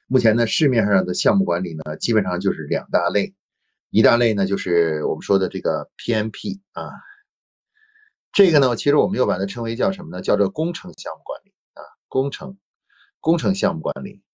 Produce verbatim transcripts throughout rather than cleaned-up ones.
目前呢，市面上的项目管理呢，基本上就是两大类，一大类呢就是我们说的这个 P M P 啊，这个呢，其实我们又把它称为叫什么呢？叫做工程项目管理啊，工程工程项目管理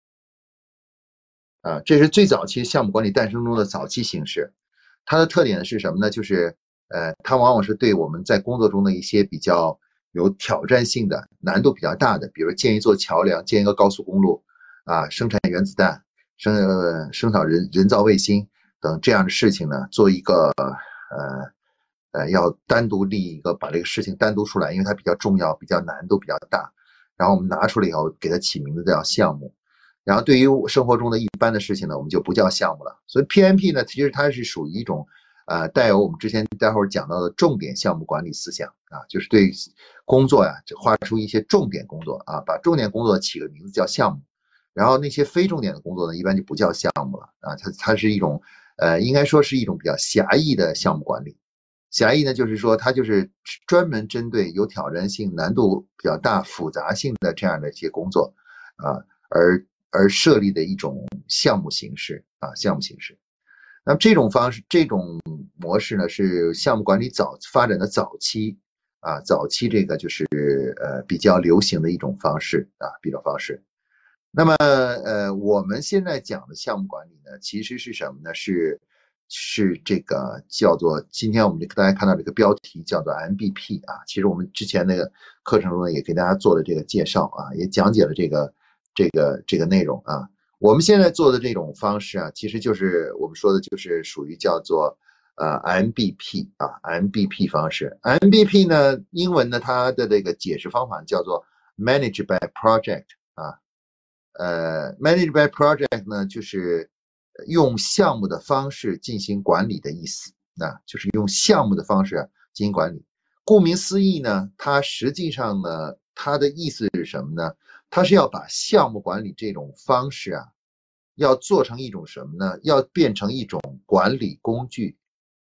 啊，这是最早期项目管理诞生中的早期形式。它的特点是什么呢？就是呃，它往往是对我们在工作中的一些比较有挑战性的、难度比较大的，比如建一座桥梁、建一个高速公路啊、生产原子弹、生呃生产人人造卫星等这样的事情呢，做一个呃呃要单独立一个把这个事情单独出来，因为它比较重要、比较难度比较大，然后我们拿出来以后给它起名字叫项目。然后对于生活中的一般的事情呢，我们就不叫项目了。所以 P M P 呢，其实它是属于一种呃带有我们之前待会儿讲到的重点项目管理思想啊，就是对工作呀、啊、画出一些重点工作啊，把重点工作起个名字叫项目，然后那些非重点的工作呢，一般就不叫项目了啊，它它是一种呃应该说是一种比较狭义的项目管理。狭义呢，就是说它就是专门针对有挑战性、难度比较大、复杂性的这样的一些工作啊，而而设立的一种项目形式啊，项目形式。那么这种方式、这种模式呢，是项目管理早发展的早期啊，早期这个就是呃比较流行的一种方式啊，比较方式。那么呃，我们现在讲的项目管理呢，其实是什么呢？是是这个叫做今天我们大家看到这个标题叫做 M B P 啊。其实我们之前那个课程中呢，也给大家做了这个介绍啊，也讲解了这个这个这个内容啊。我们现在做的这种方式啊，其实就是我们说的就是属于叫做呃 M B P 啊 M B P 方式。M B P 呢，英文呢它的这个解释方法叫做 Manage by Project 啊。呃 ，manage by project 呢，就是用项目的方式进行管理的意思，那就是用项目的方式进行管理。顾名思义呢，它实际上呢，它的意思是什么呢？它是要把项目管理这种方式啊，要做成一种什么呢？要变成一种管理工具。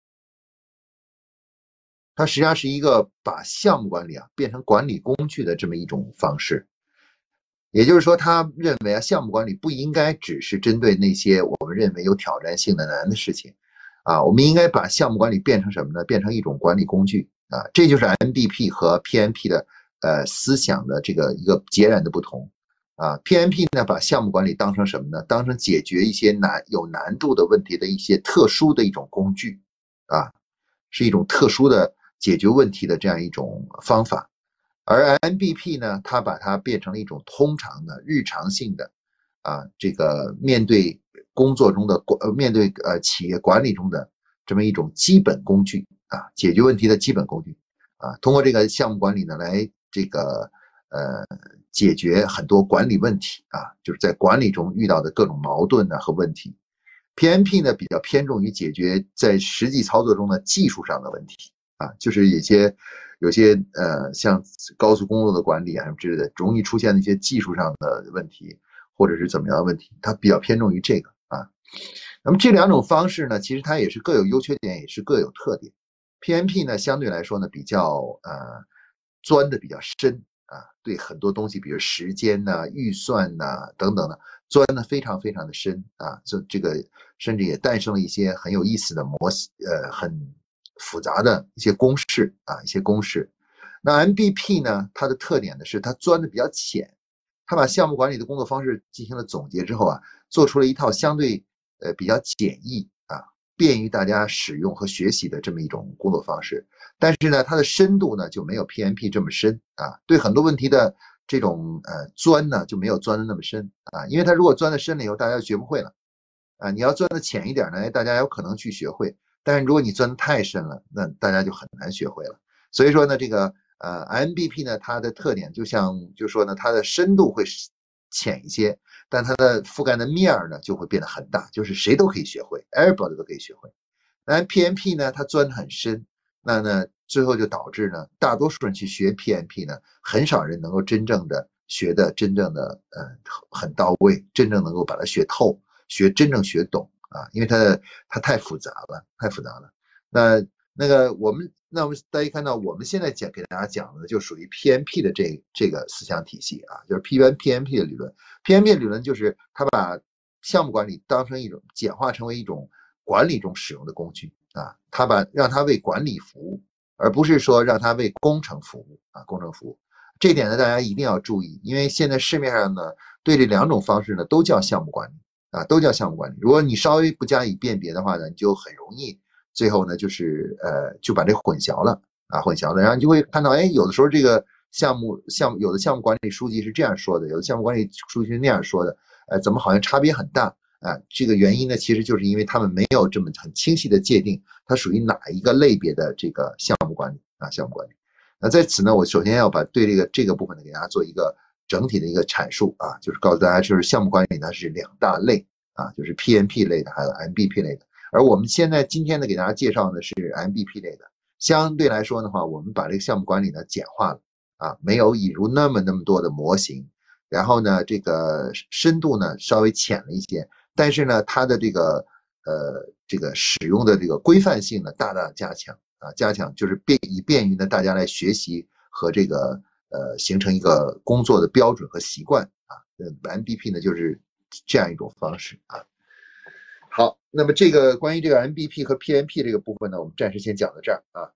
它实际上是一个把项目管理啊变成管理工具的这么一种方式。也就是说，他认为啊，项目管理不应该只是针对那些我们认为有挑战性的难的事情，啊，我们应该把项目管理变成什么呢？变成一种管理工具啊，这就是 M B P 和 P M P 的呃思想的这个一个截然的不同啊。P M P 呢，把项目管理当成什么呢？当成解决一些难有难度的问题的一些特殊的一种工具啊，是一种特殊的解决问题的这样一种方法。而 M B P 呢，它把它变成了一种通常的、日常性的啊，这个面对工作中的呃，面对呃企业管理中的这么一种基本工具啊，解决问题的基本工具啊，通过这个项目管理呢，来这个呃解决很多管理问题啊，就是在管理中遇到的各种矛盾呢和问题。P M P 呢，比较偏重于解决在实际操作中的技术上的问题啊，就是一些有些呃像高速公路的管理啊什么之类的，容易出现的一些技术上的问题，或者是怎么样的问题，它比较偏重于这个啊。那么这两种方式呢，其实它也是各有优缺点，也是各有特点。P M P 呢，相对来说呢，比较呃钻的比较深啊，对很多东西，比如时间呐、预算呐等等的，钻的非常非常的深啊，这这个甚至也诞生了一些很有意思的模型，呃，很复杂的一些公式啊，一些公式。那 M B P 呢，它的特点呢是它钻的比较浅，它把项目管理的工作方式进行了总结之后啊，做出了一套相对呃比较简易啊，便于大家使用和学习的这么一种工作方式。但是呢，它的深度呢就没有 P M P 这么深啊，对很多问题的这种呃钻呢就没有钻的那么深啊，因为它如果钻的深了以后，大家就学不会了啊。你要钻的浅一点呢，大家有可能去学会，但是如果你钻的太深了，那大家就很难学会了。所以说呢，这个呃 M B P 呢，它的特点就像就说呢，它的深度会浅一些，但它的覆盖的面呢就会变得很大，就是谁都可以学会 ，everybody 都可以学会。那 P M P 呢，它钻得很深，那呢最后就导致呢，大多数人去学 P M P 呢，很少人能够真正的学的真正的呃很到位，真正能够把它学透，学真正学懂啊，因为它的它太复杂了，太复杂了。那那个我们那我们大家看到，我们现在讲给大家讲的就属于 P M P 的这这个思想体系啊，就是 P M P M P 的理论。P M P 理论就是它把项目管理当成一种简化成为一种管理中使用的工具啊，它把让它为管理服务，而不是说让它为工程服务啊，工程服务。这一点呢，大家一定要注意，因为现在市面上呢，对这两种方式呢都叫项目管理啊，都叫项目管理。如果你稍微不加以辨别的话呢，你就很容易最后呢就是呃就把这混淆了啊，混淆了，然后你就会看到，哎，有的时候这个项目项目有的项目管理书籍是这样说的，有的项目管理书籍是那样说的，呃，怎么好像差别很大啊？这个原因呢，其实就是因为他们没有这么很清晰的界定，它属于哪一个类别的这个项目管理啊，项目管理。那在此呢，我首先要把对这个这个部分呢，给大家做一个整体的一个阐述啊，就是告诉大家，就是项目管理呢是两大类啊，就是 P M P 类的，还有 M B P 类的。而我们现在今天呢，给大家介绍的是 M B P 类的。相对来说的话，我们把这个项目管理呢简化了啊，没有引入那么那么多的模型，然后呢，这个深度呢稍微浅了一些，但是呢，它的这个呃这个使用的这个规范性呢大大加强。啊，加强就是便以便于呢大家来学习和这个呃形成一个工作的标准和习惯啊。M B P 呢就是这样一种方式啊。好，那么这个关于这个 M B P 和 P M P 这个部分呢，我们暂时先讲到这儿啊。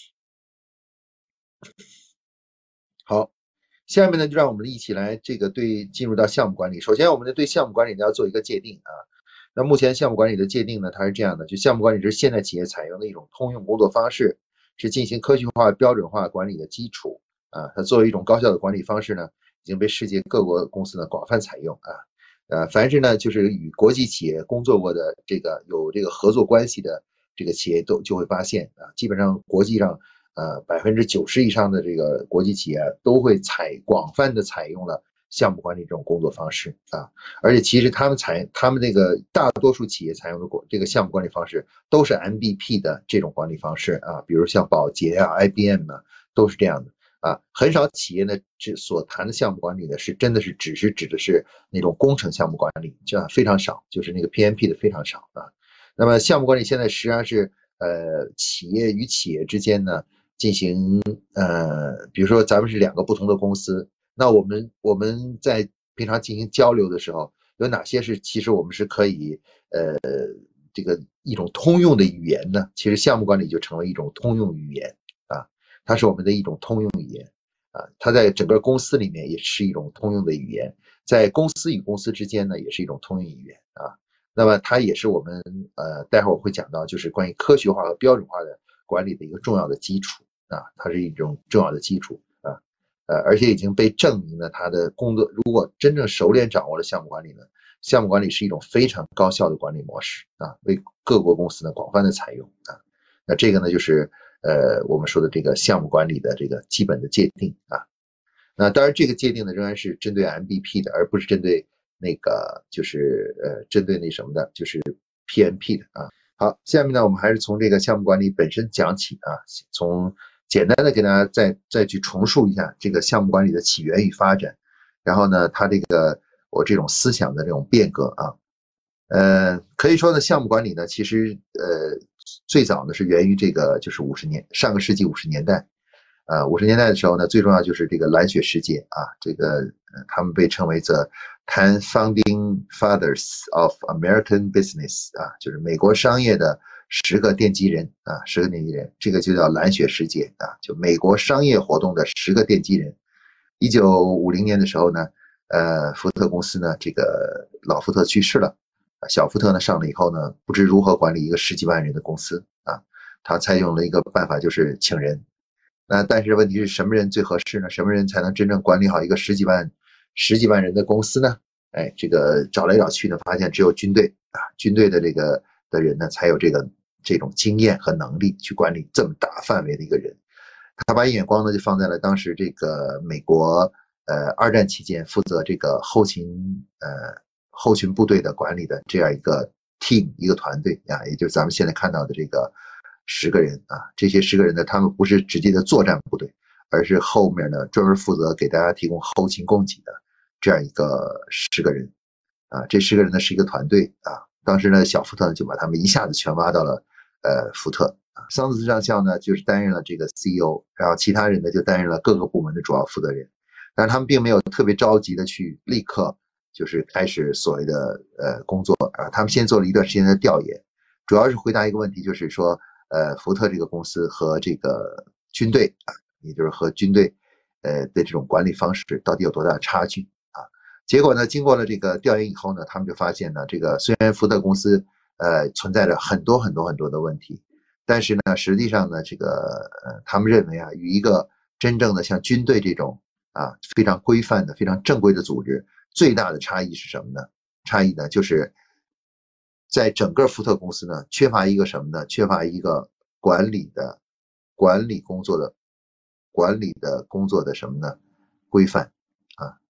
好，下面呢就让我们一起来这个对进入到项目管理。首先，我们呢对项目管理呢要做一个界定啊。那目前项目管理的界定呢，它是这样的，就项目管理是现代企业采用的一种通用工作方式，是进行科学化、标准化管理的基础啊。它作为一种高效的管理方式呢，已经被世界各国公司呢广泛采用啊。呃，凡是呢就是与国际企业工作过的这个有这个合作关系的这个企业都就会发现啊，基本上国际上呃百分之九十以上的这个国际企业都会采广泛的采用了项目管理这种工作方式啊，而且其实他们采他们这个大多数企业采用的这个项目管理方式都是 M B P 的这种管理方式啊，比如像宝洁啊、I B M 啊都是这样的啊，很少企业呢只所谈的项目管理呢是真的是只是指的是那种工程项目管理，这样非常少，就是那个 P M P 的非常少啊。那么项目管理现在实际上是呃企业与企业之间呢进行呃，比如说咱们是两个不同的公司。那我们我们在平常进行交流的时候，有哪些是其实我们是可以呃这个一种通用的语言呢？其实项目管理就成为一种通用语言啊，它是我们的一种通用语言啊，它在整个公司里面也是一种通用的语言，在公司与公司之间呢也是一种通用语言啊。那么它也是我们呃待会儿我会讲到，就是关于科学化和标准化的管理的一个重要的基础啊，它是一种重要的基础啊。呃，而且已经被证明了，他的工作如果真正熟练掌握了项目管理呢，项目管理是一种非常高效的管理模式啊，为各国公司呢广泛的采用啊。那这个呢就是呃我们说的这个项目管理的这个基本的界定啊。那当然这个界定呢仍然是针对 M B P 的，而不是针对那个就是呃针对那什么的，就是 P M P 的啊。好，下面呢我们还是从这个项目管理本身讲起啊，从简单的给大家再再去重述一下这个项目管理的起源与发展，然后呢，它这个我这种思想的这种变革啊，呃，可以说呢，项目管理呢，其实呃最早呢是源于这个就是五十年上个世纪五十年代，呃五十年代的时候呢，最重要就是这个蓝雪时节啊，这个、呃、他们被称为 the ten founding fathers of American business 啊，就是美国商业的十个奠基人啊，十个奠基人，这个就叫蓝雪时节啊，就美国商业活动的十个奠基人。一九五零年的时候呢，呃，福特公司呢，这个老福特去世了，小福特呢上了以后呢，不知如何管理一个十几万人的公司啊，他采用了一个办法，就是请人。那但是问题是什么人最合适呢？什么人才能真正管理好一个十几万十几万人的公司呢？哎，这个找来找去呢，发现只有军队啊，军队的这个的人呢，才有这个这种经验和能力去管理这么大范围的一个人。他把眼光呢就放在了当时这个美国呃二战期间负责这个后勤呃后勤部队的管理的这样一个 team 一个团队啊，也就是咱们现在看到的这个十个人啊，这些十个人呢，他们不是直接的作战部队，而是后面呢专门负责给大家提供后勤供给的这样一个十个人啊，这十个人呢是一个团队啊，当时呢小福特就把他们一下子全挖到了呃福特桑斯上校呢就是担任了这个 C E O， 然后其他人呢就担任了各个部门的主要负责人，但是他们并没有特别着急的去立刻就是开始所谓的呃工作啊，他们先做了一段时间的调研，主要是回答一个问题，就是说呃福特这个公司和这个军队啊，也就是和军队呃的这种管理方式到底有多大的差距啊？结果呢，经过了这个调研以后呢，他们就发现呢，这个虽然福特公司呃存在着很多很多很多的问题，但是呢，实际上呢，这个呃他们认为啊，与一个真正的像军队这种啊非常规范的、非常正规的组织，最大的差异是什么呢？差异呢，就是在整个福特公司呢，缺乏一个什么呢？缺乏一个管理的、管理工作的、管理的工作的什么呢？规范啊，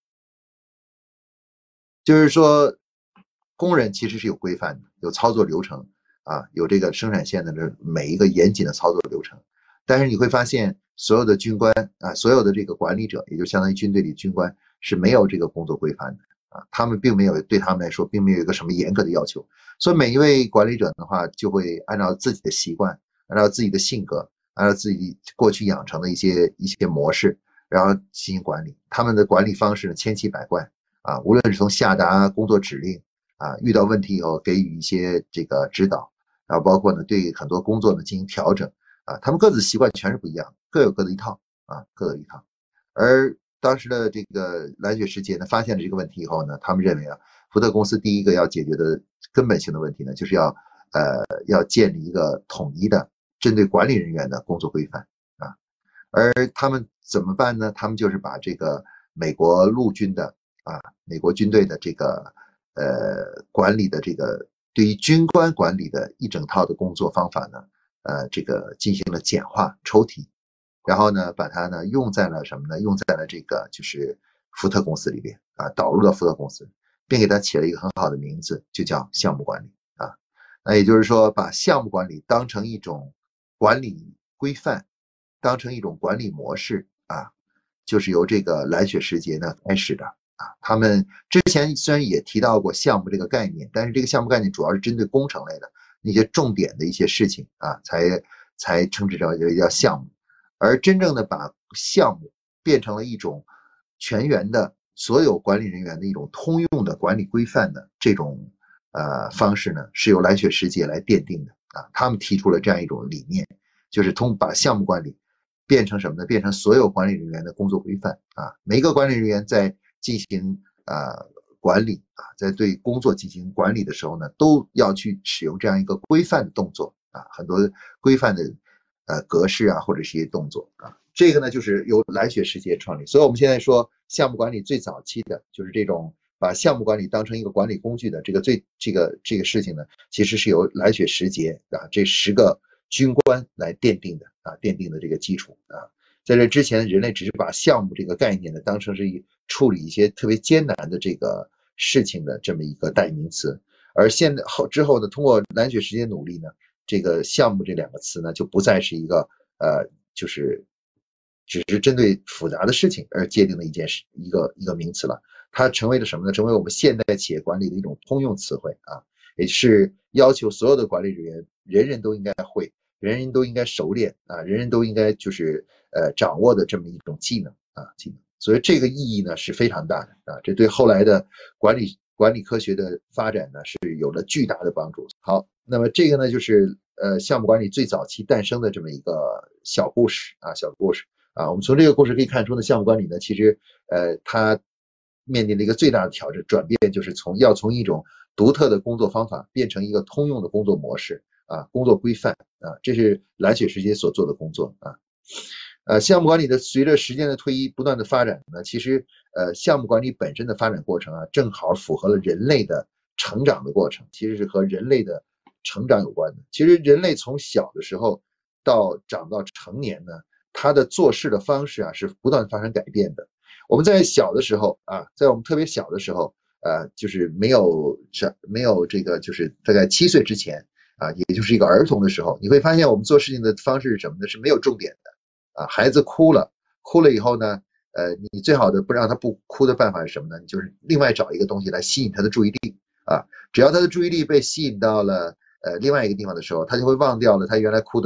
就是说，工人其实是有规范的，有操作流程啊，有这个生产线的每一个严谨的操作流程。但是你会发现，所有的军官啊，所有的这个管理者，也就相当于军队里军官是没有这个工作规范的啊，他们并没有对他们来说，并没有一个什么严格的要求。所以每一位管理者的话，就会按照自己的习惯，按照自己的性格，按照自己过去养成的一些一些模式，然后进行管理。他们的管理方式呢，千奇百怪啊，无论是从下达工作指令啊，遇到问题以后给予一些这个指导，然后包括呢对很多工作呢进行调整啊，他们各自习惯全是不一样，各有各的一套啊，各有一套。而当时的这个蓝雪时节呢，发现了这个问题以后呢，他们认为啊，福特公司第一个要解决的根本性的问题呢，就是要呃要建立一个统一的针对管理人员的工作规范啊。而他们怎么办呢？他们就是把这个美国陆军的啊，美国军队的这个呃管理的这个对于军官管理的一整套的工作方法呢，呃，这个进行了简化抽提。然后呢，把它呢用在了什么呢？用在了这个就是福特公司里边啊，导入到福特公司，并给它起了一个很好的名字，就叫项目管理啊。那也就是说，把项目管理当成一种管理规范，当成一种管理模式啊，就是由这个蓝雪时节呢开始的啊。他们之前虽然也提到过项目这个概念，但是这个项目概念主要是针对工程类的那些重点的一些事情啊，才才称之为叫项目。而真正的把项目变成了一种全员的所有管理人员的一种通用的管理规范的这种呃方式呢，是由蓝雪时节来奠定的啊。他们提出了这样一种理念，就是通把项目管理变成什么呢？变成所有管理人员的工作规范啊。每一个管理人员在进行呃管理啊，在对工作进行管理的时候呢，都要去使用这样一个规范的动作啊，很多规范的呃格式啊，或者是一些动作啊。这个呢，就是由蓝雪时节创立。所以我们现在说项目管理最早期的就是这种把项目管理当成一个管理工具的这个最这个这个事情呢，其实是由蓝雪时节啊这十个军官来奠定的啊，奠定的这个基础啊。在这之前，人类只是把项目这个概念呢当成是一处理一些特别艰难的这个事情的这么一个代名词，而现在后之后呢，通过蓝雪时节努力呢，这个项目这两个词呢就不再是一个呃就是只是针对复杂的事情而界定的一件事一个一个名词了，它成为了什么呢？成为我们现代企业管理的一种通用词汇啊，也是要求所有的管理人员人人都应该会。人人都应该熟练啊，人人都应该就是呃掌握的这么一种技能啊技能，所以这个意义呢是非常大的啊，这对后来的管理管理科学的发展呢是有了巨大的帮助。好，那么这个呢就是呃项目管理最早期诞生的这么一个小故事啊小故事啊，我们从这个故事可以看出呢，项目管理呢其实呃它面临的一个最大的挑战转变，就是从要从一种独特的工作方法变成一个通用的工作模式。啊，工作规范啊，这是蓝雪时节所做的工作啊。呃，项目管理的随着时间的推移不断的发展呢，其实呃项目管理本身的发展过程啊，正好符合了人类的成长的过程，其实是和人类的成长有关的。其实人类从小的时候到长到成年呢，他的做事的方式啊是不断发生改变的。我们在小的时候啊，在我们特别小的时候，呃，就是没有没有这个就是大概七岁之前。啊，也就是一个儿童的时候，你会发现我们做事情的方式是什么呢？是没有重点的啊。孩子哭了，哭了以后呢，呃，你最好的不让他不哭的办法是什么呢？就是另外找一个东西来吸引他的注意力啊。只要他的注意力被吸引到了呃另外一个地方的时候，他就会忘掉了他原来哭的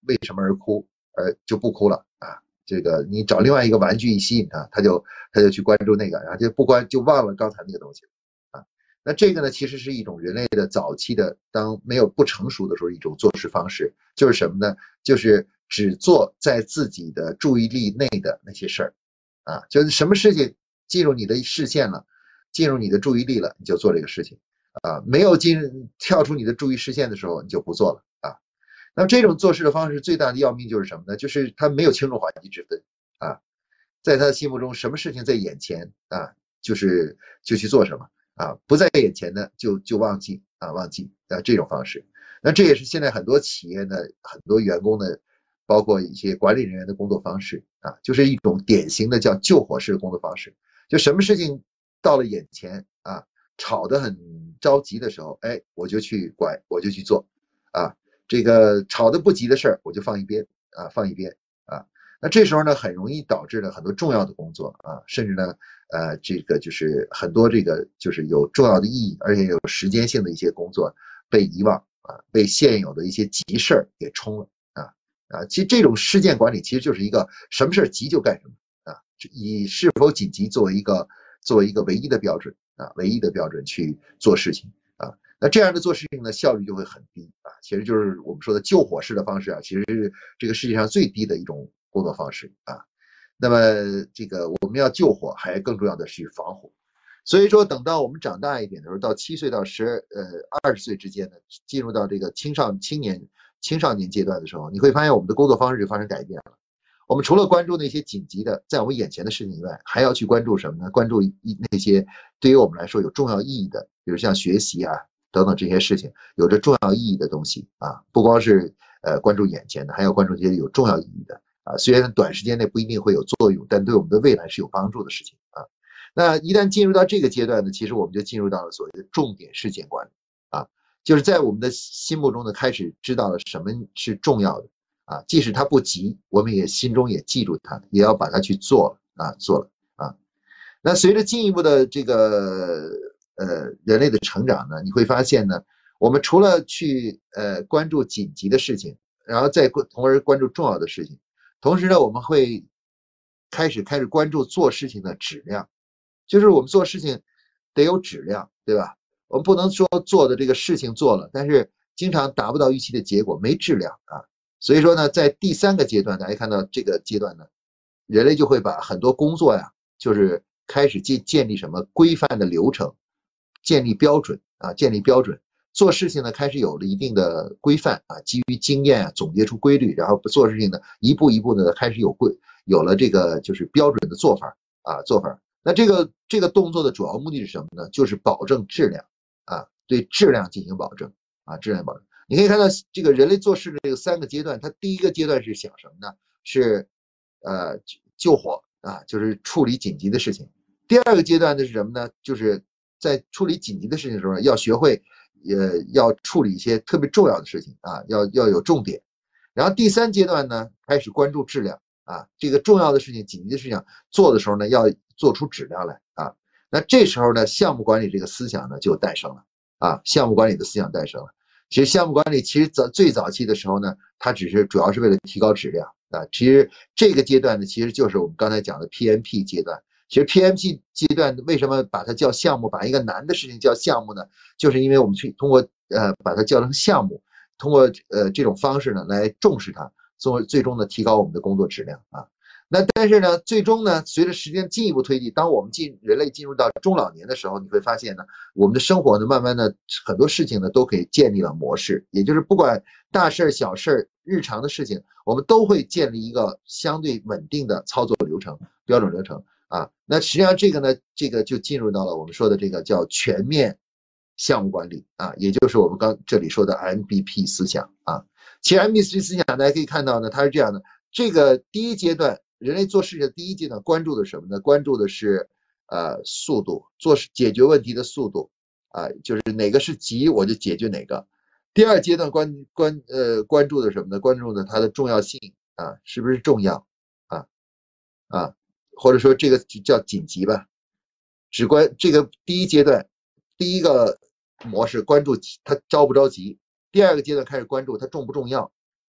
为什么而哭，而就不哭了啊。这个你找另外一个玩具一吸引他，他就他就去关注那个，然后就不关就忘了刚才那个东西啊。那这个呢，其实是一种人类的早期的当没有不成熟的时候一种做事方式，就是什么呢？就是只做在自己的注意力内的那些事儿啊，就是什么事情进入你的视线了，进入你的注意力了，你就做这个事情啊，没有进跳出你的注意视线的时候，你就不做了啊。那么这种做事的方式最大的要命就是什么呢？就是他没有轻重缓急之分啊，在他心目中，什么事情在眼前啊，就是就去做什么啊，不在眼前的就就忘记啊，忘记啊这种方式。那这也是现在很多企业呢，很多员工的，包括一些管理人员的工作方式啊，就是一种典型的叫救火式的工作方式。就什么事情到了眼前啊，吵得很着急的时候，哎，我就去管，我就去做啊。这个吵得不急的事儿，我就放一边啊，放一边啊。那这时候呢，很容易导致了很多重要的工作啊，甚至呢，呃，这个就是很多这个就是有重要的意义，而且有时间性的一些工作被遗忘啊，被现有的一些急事儿给冲了啊啊。其实这种事件管理其实就是一个什么事儿急就干什么啊，以是否紧急作为一个作为一个唯一的标准啊，唯一的标准去做事情啊。那这样的做事情呢，效率就会很低啊，其实就是我们说的救火式的方式啊，其实是这个世界上最低的一种工作方式啊。那么这个我们要救火，还更重要的是防火。所以说，等到我们长大一点的时候，到七岁到十呃二十岁之间呢，进入到这个青少青年青少年阶段的时候，你会发现我们的工作方式就发生改变了。我们除了关注那些紧急的在我们眼前的事情以外，还要去关注什么呢？关注那些对于我们来说有重要意义的，比如像学习啊等等这些事情，有着重要意义的东西啊，不光是呃关注眼前的，还要关注这些有重要意义的啊。虽然短时间内不一定会有作用，但对我们的未来是有帮助的事情啊。那一旦进入到这个阶段呢，其实我们就进入到了所谓的重点事件管理啊，就是在我们的心目中呢，开始知道了什么是重要的啊，即使它不急，我们也心中也记住它，也要把它去做了啊，做了啊。那随着进一步的这个呃人类的成长呢，你会发现呢，我们除了去呃关注紧急的事情，然后再从而关注重要的事情，同时呢，我们会开始开始关注做事情的质量。就是我们做事情得有质量，对吧？我们不能说做的这个事情做了，但是经常达不到预期的结果，没质量啊。所以说呢，在第三个阶段，大家看到这个阶段呢，人类就会把很多工作呀，就是开始建建立什么规范的流程，建立标准啊，建立标准。做事情呢，开始有了一定的规范啊，基于经验啊，总结出规律，然后做事情呢，一步一步的开始有规，有了这个就是标准的做法啊，做法。那这个这个动作的主要目的是什么呢？就是保证质量啊，对质量进行保证啊，质量保证。你可以看到这个人类做事的这个三个阶段，它第一个阶段是想什么呢？是呃救火啊，就是处理紧急的事情。第二个阶段的是什么呢？就是在处理紧急的事情的时候，要学会呃要处理一些特别重要的事情啊，要要有重点。然后第三阶段呢，开始关注质量啊，这个重要的事情、紧急的事情做的时候呢，要做出质量来啊。那这时候呢，项目管理这个思想呢就诞生了啊，项目管理的思想诞生了。其实项目管理其实早最早期的时候呢，它只是主要是为了提高质量啊。其实这个阶段呢，其实就是我们刚才讲的 P M P 阶段。其实 P M P 阶段为什么把它叫项目，把一个难的事情叫项目呢？就是因为我们去通过呃把它叫成项目，通过呃这种方式呢来重视它，最最终呢提高我们的工作质量啊。那但是呢，最终呢，随着时间进一步推进，当我们进人类进入到中老年的时候，你会发现呢，我们的生活呢，慢慢的很多事情呢都可以建立了模式，也就是不管大事小事日常的事情，我们都会建立一个相对稳定的操作流程、标准流程啊。那实际上这个呢，这个就进入到了我们说的这个叫全面项目管理啊，也就是我们刚这里说的 M B P 思想啊。其实 M B P 思想大家可以看到呢，它是这样的，这个第一阶段。人类做事情的第一阶段关注的什么呢？关注的是呃速度，做解决问题的速度啊，就是哪个是急我就解决哪个。第二阶段关关呃关注的什么呢？关注的它的重要性啊，是不是重要啊啊，或者说这个叫紧急吧。只关这个第一阶段，第一个模式关注它着不着急，第二个阶段开始关注它重不重要。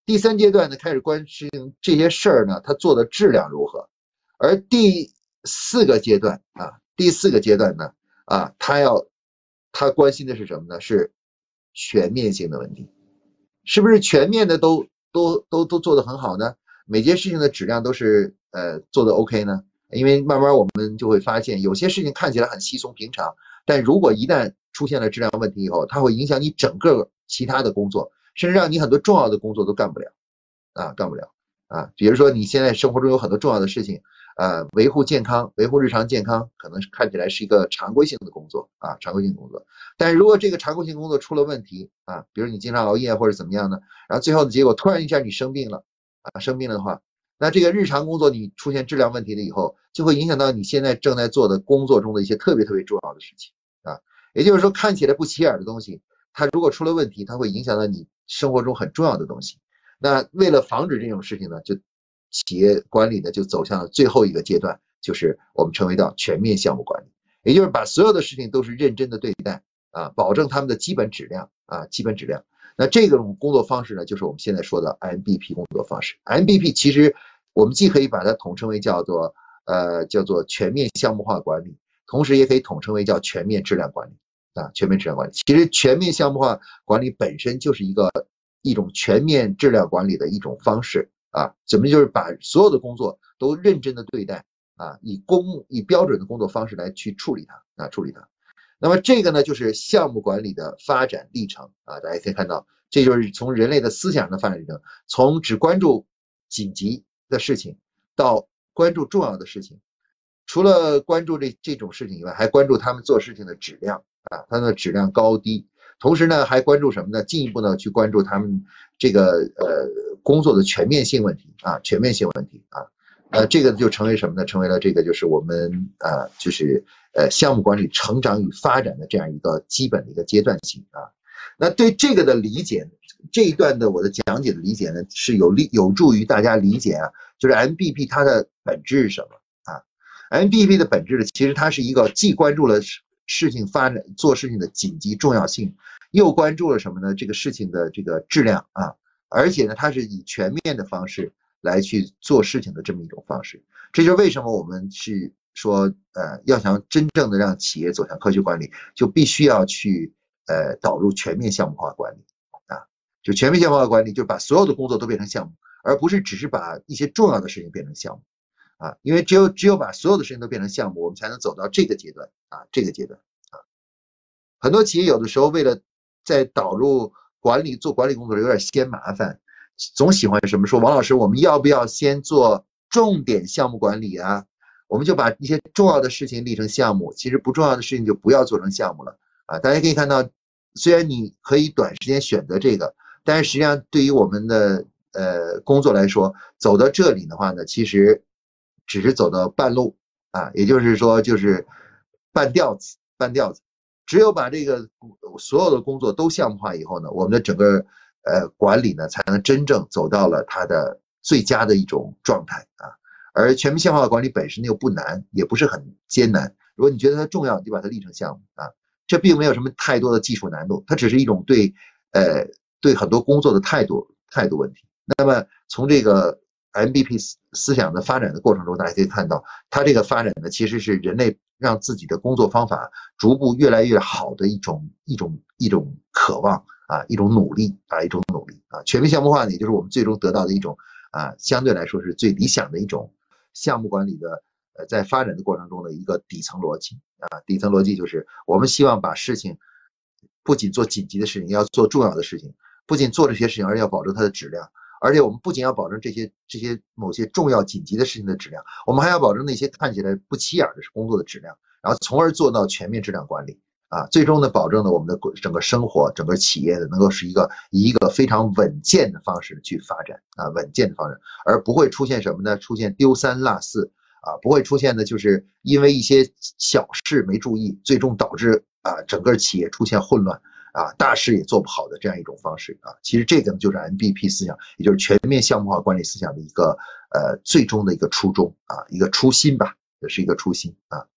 第三阶段呢，开始关心这些事儿呢，他做的质量如何。而第四个阶段啊，第四个阶段呢，啊，他要他关心的是什么呢？是全面性的问题，是不是全面的都都都都做得很好呢？每件事情的质量都是呃做的 OK 呢？因为慢慢我们就会发现，有些事情看起来很稀松平常，但如果一旦出现了质量问题以后，它会影响你整个其他的工作，甚至让你很多重要的工作都干不了啊，干不了啊。比如说你现在生活中有很多重要的事情，呃，维护健康，维护日常健康，可能是看起来是一个常规性的工作啊，常规性工作。但是如果这个常规性工作出了问题啊，比如你经常熬夜或者怎么样呢，然后最后的结果突然一下你生病了啊，生病了的话，那这个日常工作你出现质量问题了以后，就会影响到你现在正在做的工作中的一些特别特别重要的事情啊。也就是说，看起来不起眼的东西，它如果出了问题，它会影响到你生活中很重要的东西。那为了防止这种事情呢，就企业管理呢就走向了最后一个阶段，就是我们称为叫全面项目管理，也就是把所有的事情都是认真的对待啊，保证他们的基本质量啊，基本质量。那这种工作方式呢，就是我们现在说的 M B P 工作方式。M B P 其实我们既可以把它统称为叫做呃叫做全面项目化管理，同时也可以统称为叫全面质量管理啊，全面质量管理。其实全面项目化管理本身就是一个一种全面质量管理的一种方式啊，怎么就是把所有的工作都认真的对待啊，以公以标准的工作方式来去处理它啊，处理它。那么这个呢，就是项目管理的发展历程啊，大家可以看到，这就是从人类的思想的发展历程，从只关注紧急的事情到关注重要的事情，除了关注这这种事情以外，还关注他们做事情的质量啊，他们的质量高低，同时呢，还关注什么呢？进一步呢，去关注他们这个呃工作的全面性问题啊，全面性问题啊。呃，这个就成为什么呢？成为了这个就是我们啊、呃，就是呃项目管理成长与发展的这样一个基本的一个阶段性啊。那对这个的理解，这一段的我的讲解的理解呢，是有利有助于大家理解啊，就是 M B P 它的本质是什么啊 ？M B P 的本质呢，其实它是一个既关注了事情发展做事情的紧急重要性，又关注了什么呢？这个事情的这个质量啊，而且呢，它是以全面的方式来去做事情的这么一种方式，这就是为什么我们去说，呃，要想真正的让企业走向科学管理，就必须要去呃导入全面项目化管理啊，就全面项目化管理，就是把所有的工作都变成项目，而不是只是把一些重要的事情变成项目啊，因为只有只有把所有的事情都变成项目，我们才能走到这个阶段啊，这个阶段啊，很多企业有的时候为了在导入管理做管理工作有点嫌麻烦。总喜欢什么说王老师，我们要不要先做重点项目管理啊？我们就把一些重要的事情立成项目，其实不重要的事情就不要做成项目了啊！大家可以看到，虽然你可以短时间选择这个，但是实际上对于我们的呃工作来说，走到这里的话呢，其实只是走到半路啊，也就是说就是半吊子，半吊子。只有把这个所有的工作都项目化以后呢，我们的整个呃管理呢才能真正走到了它的最佳的一种状态啊。而全面项目化管理本身又不难，也不是很艰难。如果你觉得它重要，你就把它立成项目啊，这并没有什么太多的技术难度，它只是一种对呃对很多工作的态度态度问题。那么从这个 M B P 思想的发展的过程中，大家可以看到，它这个发展呢，其实是人类让自己的工作方法逐步越来越好的一种一种一种渴望啊，一种努力啊，一种努力啊。全面项目化呢，也就是我们最终得到的一种啊，相对来说是最理想的一种项目管理的呃，在发展的过程中的一个底层逻辑啊。底层逻辑就是我们希望把事情不仅做紧急的事情，要做重要的事情，不仅做这些事情，而且要保证它的质量。而且我们不仅要保证这些这些某些重要紧急的事情的质量，我们还要保证那些看起来不起眼的工作的质量，然后从而做到全面质量管理啊，最终呢，保证了我们的整个生活、整个企业的能够是一个以一个非常稳健的方式去发展啊，稳健的方式，而不会出现什么呢？出现丢三落四啊，不会出现的就是因为一些小事没注意，最终导致啊整个企业出现混乱。啊，大事也做不好的这样一种方式啊，其实这个呢就是 M B P 思想，也就是全面项目化管理思想的一个呃最终的一个初衷啊，一个初心吧，也是一个初心啊。